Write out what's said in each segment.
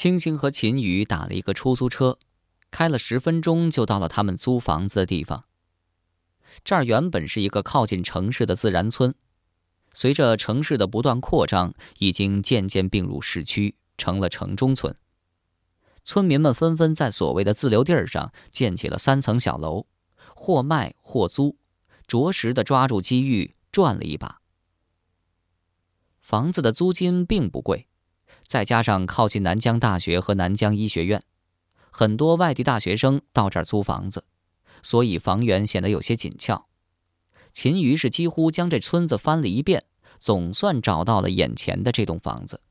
星星和秦宇打了一个出租车，开了10分钟就到了他们租房子的地方。这儿原本是一个靠近城市的自然村，随着城市的不断扩张，已经渐渐并入市区，成了城中村。村民们纷纷在所谓的自留地上建起了3层小楼，或卖或租，着实地抓住机遇赚了一把。房子的租金并不贵，再加上靠近南疆大学和南疆医学院，很多外地大学生到这儿租房子，所以房源显得有些紧俏。秦于是几乎将这村子翻了一遍，总算找到了眼前的这栋房子。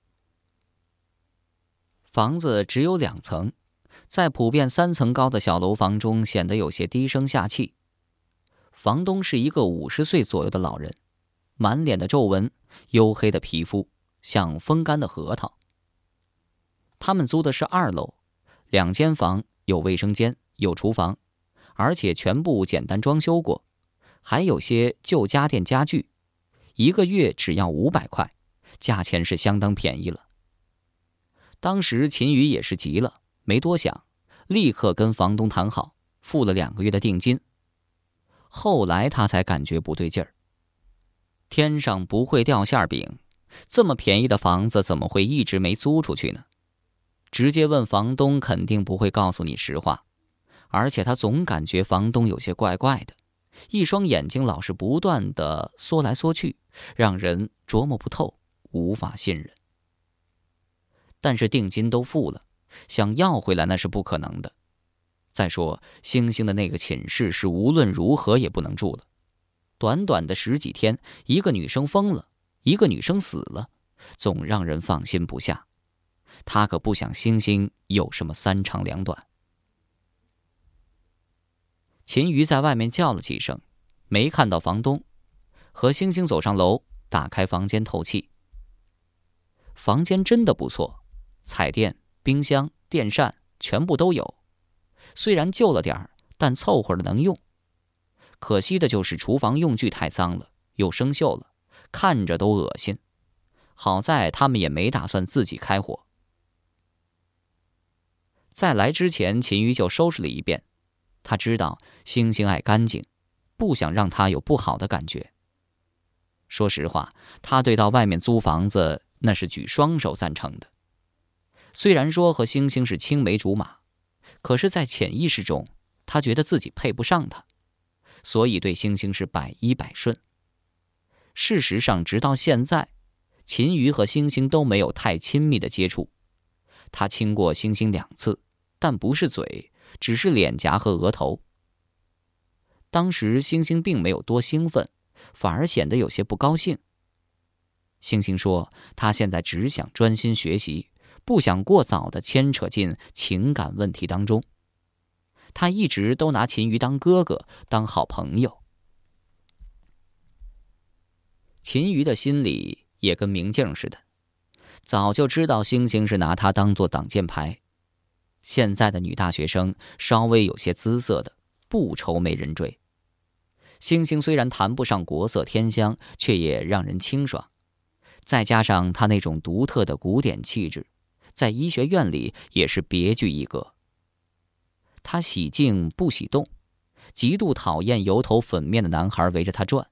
房子只有2层，在普遍3层高的小楼房中显得有些低声下气。房东是一个50岁左右的老人，满脸的皱纹，黝黑的皮肤，像风干的核桃。他们租的是2楼，2间房，有卫生间，有厨房，而且全部简单装修过，还有些旧家电家具，1个月只要500块，价钱是相当便宜了。当时秦宇也是急了，没多想，立刻跟房东谈好，付了2个月的定金。后来他才感觉不对劲儿，天上不会掉馅饼，这么便宜的房子怎么会一直没租出去呢？直接问房东肯定不会告诉你实话，而且他总感觉房东有些怪怪的，一双眼睛老是不断地缩来缩去，让人琢磨不透，无法信任。但是定金都付了，想要回来那是不可能的。再说星星的那个寝室是无论如何也不能住了，短短的10几天，一个女生疯了，一个女生死了，总让人放心不下。他可不想星星有什么3长2短。秦于在外面叫了几声，没看到房东，和星星走上楼，打开房间透气。房间真的不错，彩电、冰箱、电扇全部都有，虽然旧了点儿，但凑合的能用。可惜的就是厨房用具太脏了，又生锈了，看着都恶心。好在他们也没打算自己开火。在来之前，秦于就收拾了一遍。他知道星星爱干净，不想让他有不好的感觉。说实话，他对到外面租房子那是举双手赞成的。虽然说和星星是青梅竹马，可是在潜意识中，他觉得自己配不上他，所以对星星是百依百顺。事实上，直到现在，秦于和星星都没有太亲密的接触。他亲过星星2次，但不是嘴，只是脸颊和额头。当时星星并没有多兴奋，反而显得有些不高兴。星星说他现在只想专心学习，不想过早地牵扯进情感问题当中。他一直都拿秦于当哥哥，当好朋友。秦于的心里也跟明镜似的，早就知道星星是拿他当作挡箭牌。现在的女大学生稍微有些姿色的，不愁没人追。星星虽然谈不上国色天香，却也让人清爽。再加上她那种独特的古典气质，在医学院里也是别具一格。她喜静不喜动，极度讨厌油头粉面的男孩围着她转。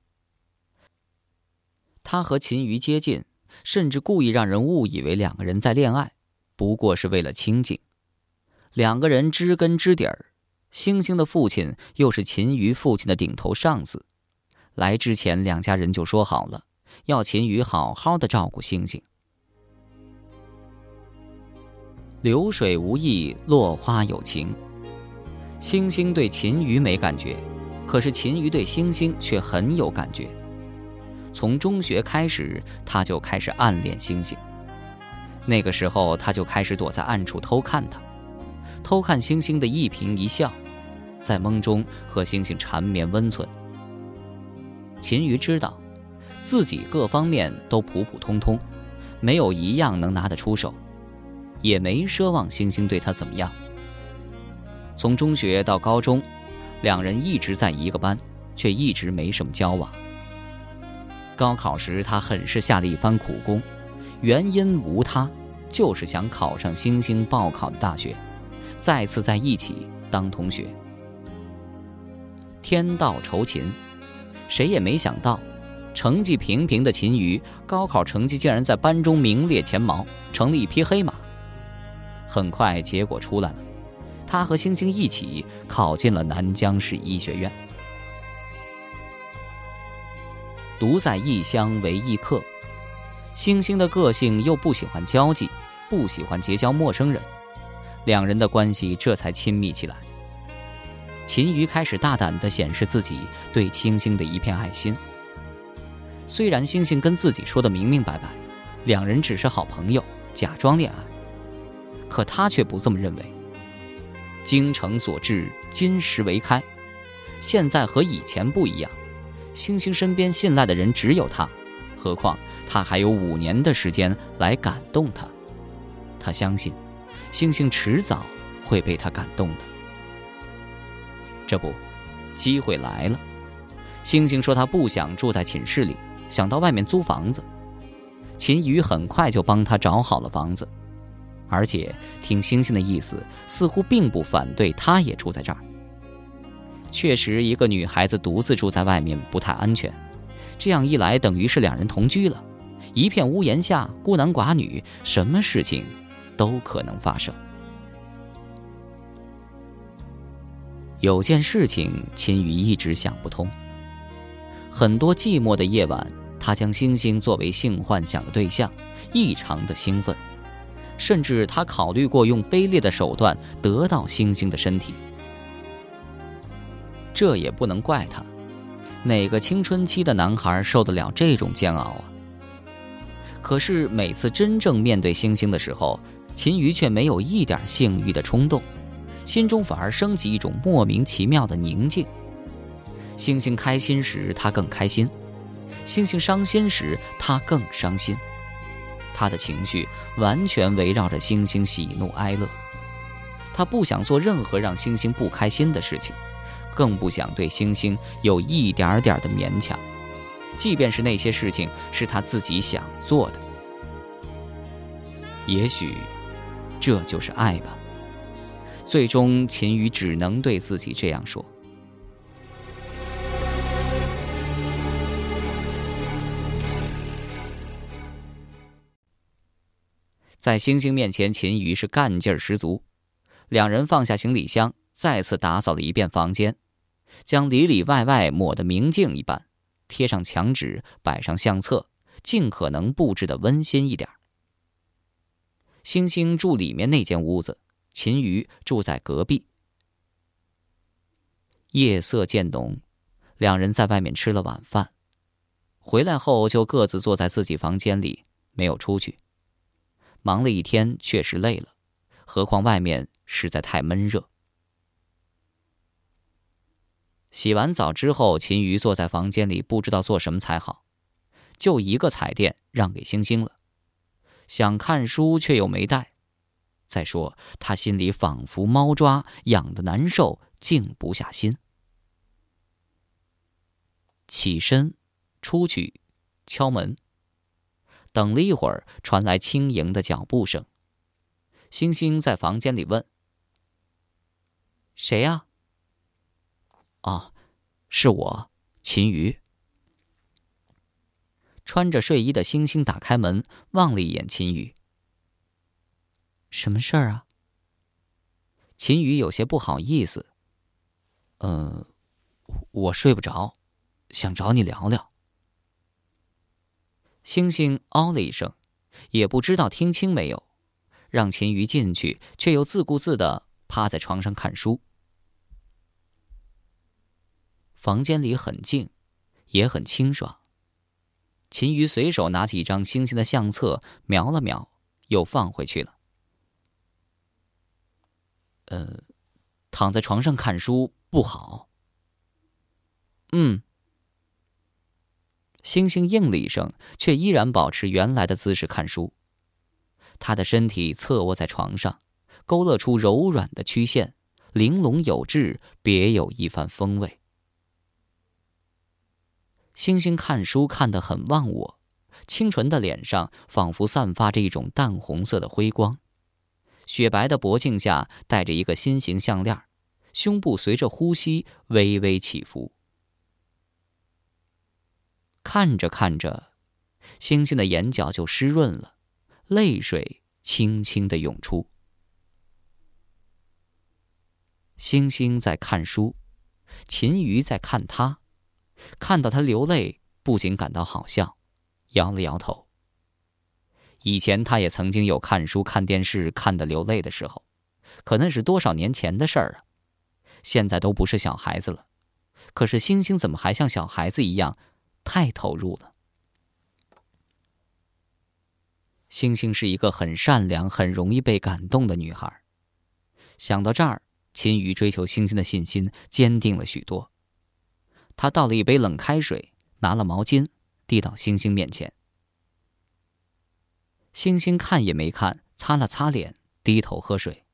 她和秦于接近，甚至故意让人误以为2个人在恋爱，不过是为了亲近。2个人知根知底儿，星星的父亲又是秦于父亲的顶头上司。来之前2家人就说好了，要秦于好好的照顾星星。流水无意，落花有情。星星对秦于没感觉，可是秦于对星星却很有感觉。从中学开始，他就开始暗恋星星。那个时候，他就开始躲在暗处偷看他，偷看星星的一颦一笑，在梦中和星星缠绵温存。秦于知道自己各方面都普普通通，没有一样能拿得出手，也没奢望星星对他怎么样。从中学到高中，2人一直在一个班，却一直没什么交往。高考时，他很是下了一番苦功，原因无他， 就是想考上星星报考的大学，再次在一起当同学。天道酬勤，谁也没想到，成绩平平的秦瑜，高考成绩竟然在班中名列前茅，成了一匹黑马。很快结果出来了，他和星星一起考进了南江市医学院。独在异乡为异客，星星的个性又不喜欢交际，不喜欢结交陌生人，两人的关系这才亲密起来。秦瑜开始大胆地显示自己对星星的一片爱心。虽然星星跟自己说的明明白白，两人只是好朋友，假装恋爱，可他却不这么认为。精诚所至，金石为开，现在和以前不一样，星星身边信赖的人只有他，何况他还有5年的时间来感动他。他相信星星迟早会被他感动的。这不，机会来了。星星说他不想住在寝室里，想到外面租房子。秦瑜很快就帮他找好了房子，而且听星星的意思，似乎并不反对他也住在这儿。确实，一个女孩子独自住在外面不太安全，这样一来等于是两人同居了，一片屋檐下，孤男寡女，什么事情都可能发生。有件事情秦瑜一直想不通，很多寂寞的夜晚，他将星星作为性幻想的对象，异常的兴奋，甚至他考虑过用卑劣的手段得到星星的身体。这也不能怪他，哪个青春期的男孩受得了这种煎熬啊？可是每次真正面对星星的时候，秦瑜却没有一点性欲的冲动，心中反而升起一种莫名其妙的宁静。星星开心时他更开心，星星伤心时他更伤心，他的情绪完全围绕着星星喜怒哀乐。他不想做任何让星星不开心的事情，更不想对星星有一点点的勉强，即便是那些事情是他自己想做的。也许这就是爱吧。最终秦瑜只能对自己这样说。在星星面前，秦瑜是干劲儿十足。两人放下行李箱，再次打扫了一遍房间，将里里外外抹得明镜一般，贴上墙纸，摆上相册，尽可能布置得温馨一点。星星住里面那间屋子，秦瑜住在隔壁。夜色渐浓，两人在外面吃了晚饭，回来后就各自坐在自己房间里，没有出去。忙了一天，确实累了，何况外面实在太闷热。洗完澡之后，秦瑜坐在房间里，不知道做什么才好，就一个彩电让给星星了。想看书却又没带，再说他心里仿佛猫抓，痒得难受，静不下心。起身出去敲门，等了一会儿，传来轻盈的脚步声。星星在房间里问：“谁呀？”“啊，是我，秦瑜。”穿着睡衣的星星打开门，望了一眼秦瑜。“什么事儿啊？”秦瑜有些不好意思。我睡不着，想找你聊聊。”星星哦了一声，也不知道听清没有，让秦瑜进去，却又自顾自地趴在床上看书。房间里很静，也很清爽。秦瑜随手拿起一张星星的相册，瞄了瞄，又放回去了。躺在床上看书不好。星星应了一声，却依然保持原来的姿势看书。他的身体侧卧在床上，勾勒出柔软的曲线，玲珑有致，别有一番风味。星星看书看得很忘我， 清纯的脸上仿佛散发着一种淡红色的辉光，雪白的脖颈下戴着一个心形项链，胸部随着呼吸微微起伏。看着看着，星星的眼角就湿润了，泪水轻轻地涌出。星星在看书，秦瑜在看他，看到他流泪，不禁感到好笑，摇了摇头。以前他也曾经有看书看电视看得流泪的时候，可那是多少年前的事儿啊，现在都不是小孩子了。可是星星怎么还像小孩子一样太投入了？星星是一个很善良很容易被感动的女孩。想到这儿，秦瑜追求星星的信心坚定了许多。他倒了一杯冷开水，拿了毛巾递到星星面前。星星看也没看，擦了擦脸，低头喝水。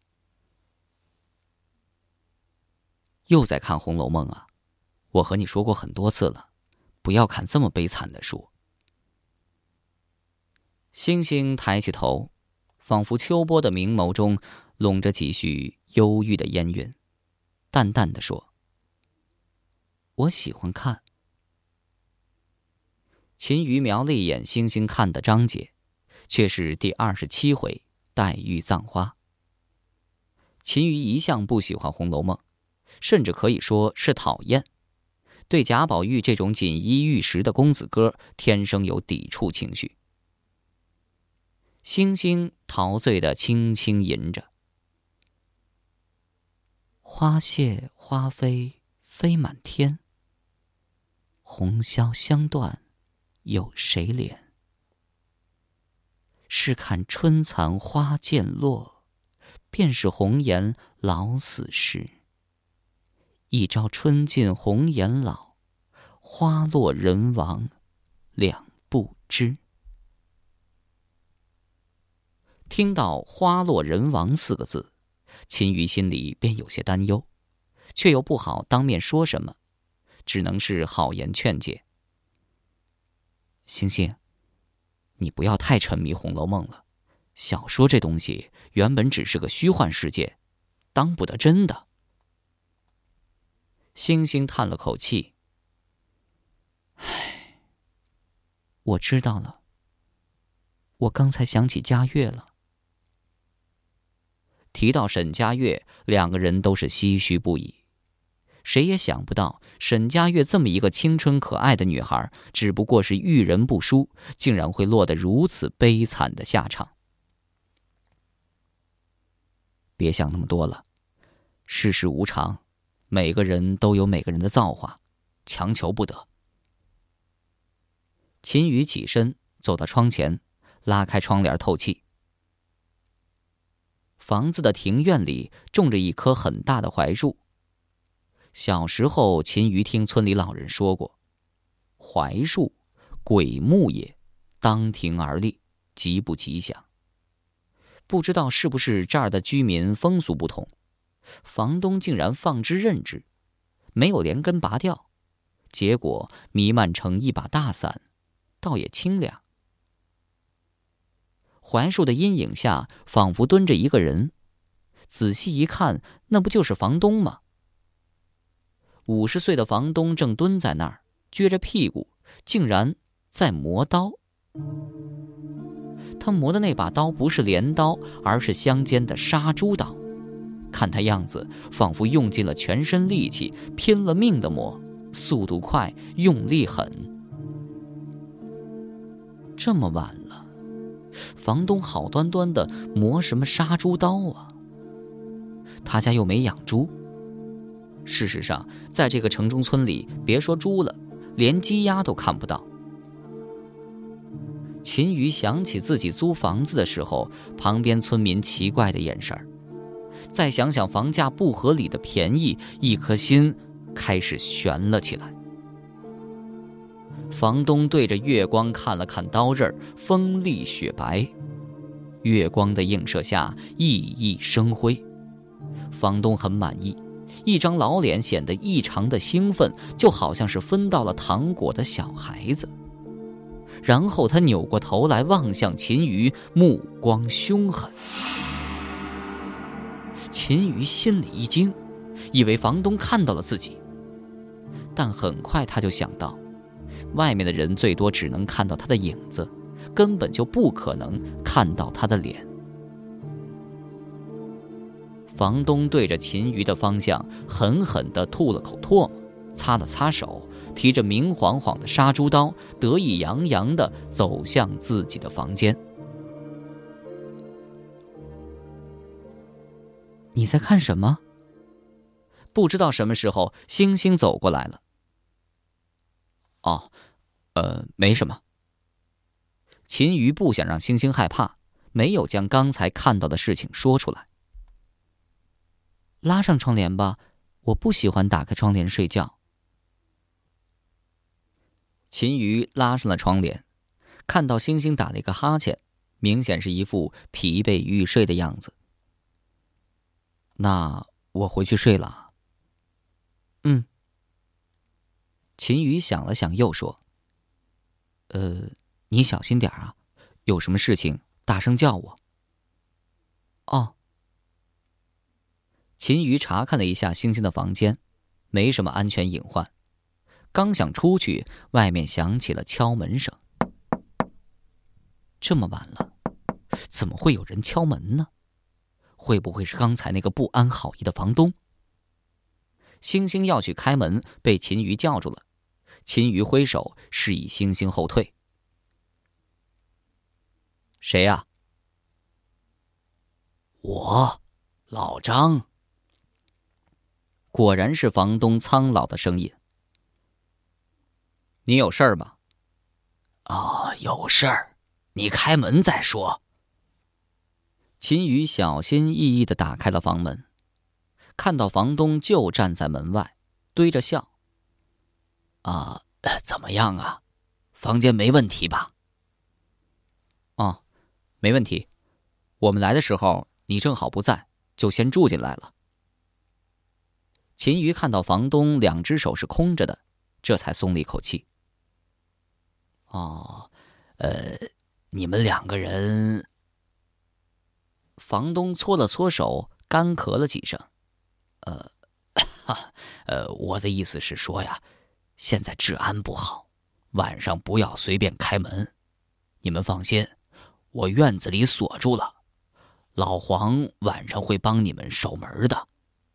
又在看《红楼梦》啊？我和你说过很多次了，不要看这么悲惨的书。星星抬起头，仿佛秋波的明眸中笼着几许忧郁的烟云，淡淡地说：“我喜欢看。”秦瑜瞄了一眼星星看的章节，却是第27回黛玉葬花。秦瑜一向不喜欢《红楼梦》，甚至可以说是讨厌，对贾宝玉这种锦衣玉食的公子哥天生有抵触情绪。星星陶醉地轻轻吟着：“花谢花飞飞满天，红消香断有谁怜？试看春残花渐落，便是红颜老死时。一朝春尽红颜老，花落人亡两不知。”听到花落人亡4个字，秦瑜心里便有些担忧，却又不好当面说什么，只能是好言劝解：“星星，你不要太沉迷《红楼梦》了，小说这东西原本只是个虚幻世界，当不得真的。”星星叹了口气：“唉，我知道了，我刚才想起嘉悦了。”提到沈嘉悦，两个人都是唏嘘不已。谁也想不到沈嘉悦这么一个青春可爱的女孩，只不过是遇人不淑，竟然会落得如此悲惨的下场。别想那么多了，世事无常，每个人都有每个人的造化，强求不得。秦瑜起身走到窗前，拉开窗帘透气。房子的庭院里种着一棵很大的槐树。小时候秦瑜听村里老人说过，槐树鬼木也，当庭而立，极不吉祥。不知道是不是这儿的居民风俗不同，房东竟然放之任之，没有连根拔掉，结果弥漫成一把大伞，倒也清凉。槐树的阴影下仿佛蹲着一个人，仔细一看，那不就是房东吗？50岁的房东正蹲在那儿，撅着屁股，竟然在磨刀。他磨的那把刀不是镰刀，而是乡间的杀猪刀。看他样子，仿佛用尽了全身力气，拼了命的磨，速度快，用力狠。这么晚了，房东好端端的磨什么杀猪刀啊？他家又没养猪。事实上，在这个城中村里，别说猪了，连鸡鸭都看不到。秦瑜想起自己租房子的时候，旁边村民奇怪的眼神，再想想房价不合理的便宜，一颗心开始悬了起来。房东对着月光看了看刀刃，锋利雪白，月光的映射下熠熠生辉。房东很满意，一张老脸显得异常的兴奋，就好像是分到了糖果的小孩子。 然后他扭过头来望向秦瑜，目光凶狠。秦瑜心里一惊，以为房东看到了自己，但很快他就想到，外面的人最多只能看到他的影子，根本就不可能看到他的脸。房东对着秦瑜的方向狠狠地吐了口唾沫，擦了擦手，提着明晃晃的杀猪刀，得意洋洋地走向自己的房间。你在看什么？不知道什么时候，星星走过来了。哦，没什么。秦瑜不想让星星害怕，没有将刚才看到的事情说出来。拉上窗帘吧，我不喜欢打开窗帘睡觉。秦瑜拉上了窗帘，看到星星打了一个哈欠，明显是一副疲惫欲睡的样子。那我回去睡了。秦瑜想了想，又说：你小心点啊，有什么事情大声叫我。哦。秦瑜查看了一下星星的房间，没什么安全隐患。刚想出去，外面响起了敲门声。这么晚了，怎么会有人敲门呢？会不会是刚才那个不安好意的房东？星星要去开门，被秦瑜叫住了。秦瑜挥手示意星星后退。谁呀？我，老张。果然是房东苍老的声音。你有事儿吗？有事儿，你开门再说。秦瑜小心翼翼地打开了房门，看到房东就站在门外，堆着笑。怎么样啊？房间没问题吧？没问题。我们来的时候你正好不在，就先住进来了。秦瑜看到房东两只手是空着的，这才松了一口气。你们两个人……房东搓了搓手，干咳了几声。我的意思是说呀，现在治安不好，晚上不要随便开门。你们放心，我院子里锁住了，老黄晚上会帮你们守门的。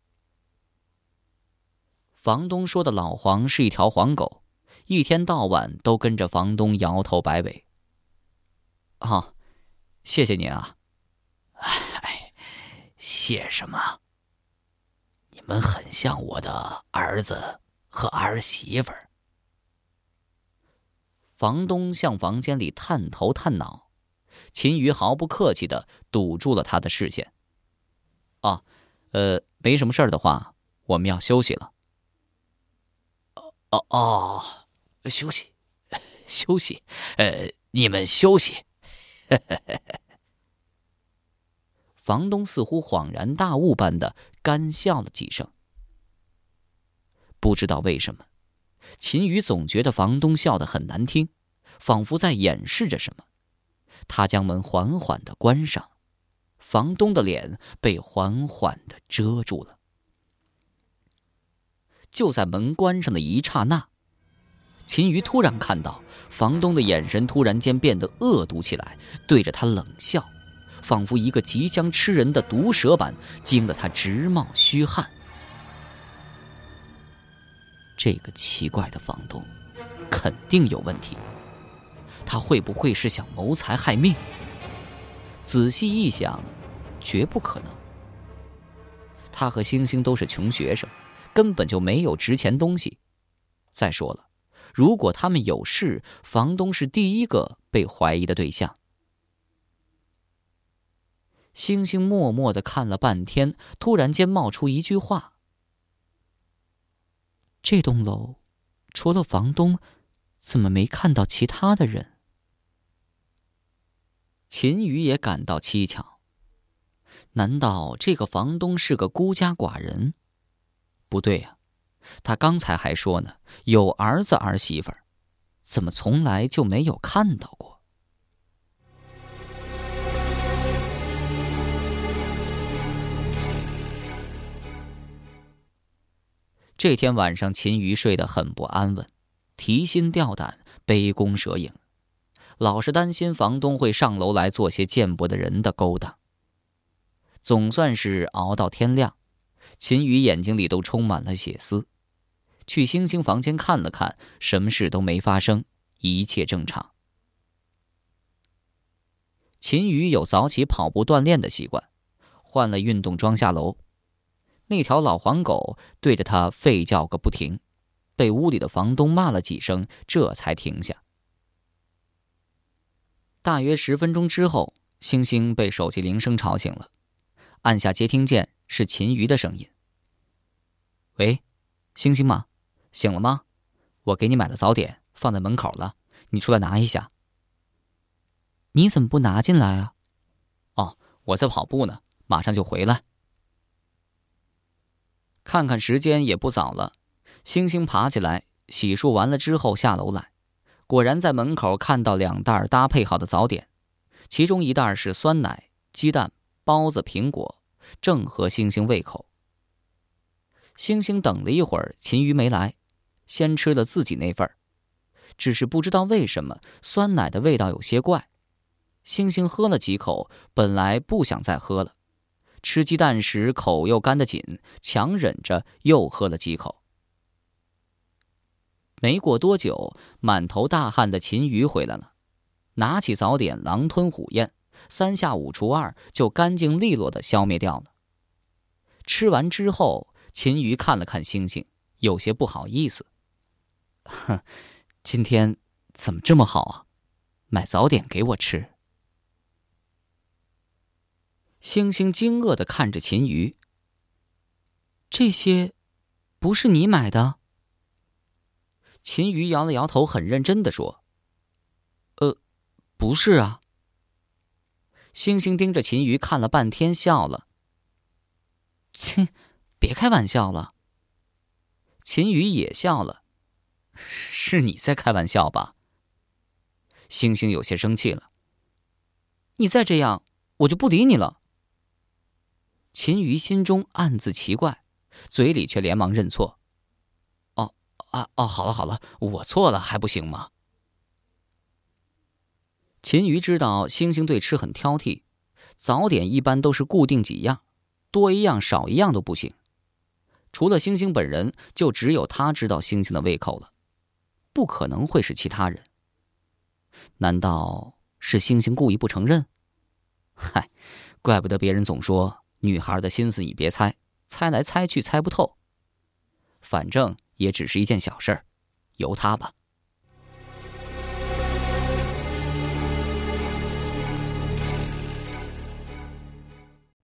房东说的老黄是一条黄狗，一天到晚都跟着房东摇头摆尾。谢谢您啊。谢什么？你们很像我的儿子和儿媳妇儿。房东向房间里探头探脑，秦瑜毫不客气地堵住了他的视线。没什么事儿的话，我们要休息了。休息，你们休息。房东似乎恍然大悟般的干笑了几声。不知道为什么，秦瑜总觉得房东笑得很难听，仿佛在掩饰着什么。他将门缓缓地关上，房东的脸被缓缓地遮住了。就在门关上的一刹那，秦瑜突然看到房东的眼神突然间变得恶毒起来，对着他冷笑，仿佛一个即将吃人的毒蛇般，惊得他直冒虚汗。这个奇怪的房东肯定有问题，他会不会是想谋财害命？仔细一想，绝不可能。他和星星都是穷学生，根本就没有值钱东西。再说了，如果他们有事，房东是第一个被怀疑的对象。星星默默地看了半天，突然间冒出一句话：这栋楼除了房东，怎么没看到其他的人？秦瑜也感到蹊跷，难道这个房东是个孤家寡人？不对啊，他刚才还说呢，有儿子儿媳妇儿。 怎么从来就没有看到过？这天晚上，秦瑜睡得很不安稳，提心吊胆，杯弓蛇影，老是担心房东会上楼来做些见不得人的勾当。总算是熬到天亮，秦瑜眼睛里都充满了血丝。去星星房间看了看，什么事都没发生，一切正常。秦瑜有早起跑步锻炼的习惯，换了运动装下楼。那条老黄狗对着他吠叫个不停，被屋里的房东骂了几声，这才停下。大约10分钟之后，星星被手机铃声吵醒了，按下接听键，是秦瑜的声音。喂，星星吗？醒了吗？我给你买了早点，放在门口了，你出来拿一下。你怎么不拿进来啊？哦，我在跑步呢，马上就回来。看看时间也不早了，星星爬起来，洗漱完了之后下楼来，果然在门口看到2袋搭配好的早点，其中1袋是酸奶、鸡蛋、包子、苹果，正合星星胃口。星星等了一会儿，秦瑜没来，先吃了自己那份，只是不知道为什么酸奶的味道有些怪。星星喝了几口，本来不想再喝了，吃鸡蛋时口又干得紧，强忍着又喝了几口。没过多久，满头大汗的秦瑜回来了，拿起早点狼吞虎咽，3下5除2就干净利落地消灭掉了。吃完之后，秦瑜看了看星星，有些不好意思。哼，今天怎么这么好啊？买早点给我吃。星星惊愕地看着秦瑜，这些不是你买的？秦瑜摇了摇头，很认真地说：不是啊。星星盯着秦瑜看了半天，笑了。切，别开玩笑了。秦瑜也笑了。是你在开玩笑吧？星星有些生气了。你再这样，我就不理你了。秦瑜心中暗自奇怪，嘴里却连忙认错。好了，我错了还不行吗？秦瑜知道星星对吃很挑剔，早点一般都是固定几样，多一样少一样都不行。除了星星本人，就只有他知道星星的胃口了，不可能会是其他人。难道是星星故意不承认？嗨，怪不得别人总说女孩的心思你别猜，猜来猜去猜不透。反正也只是一件小事儿，由他吧。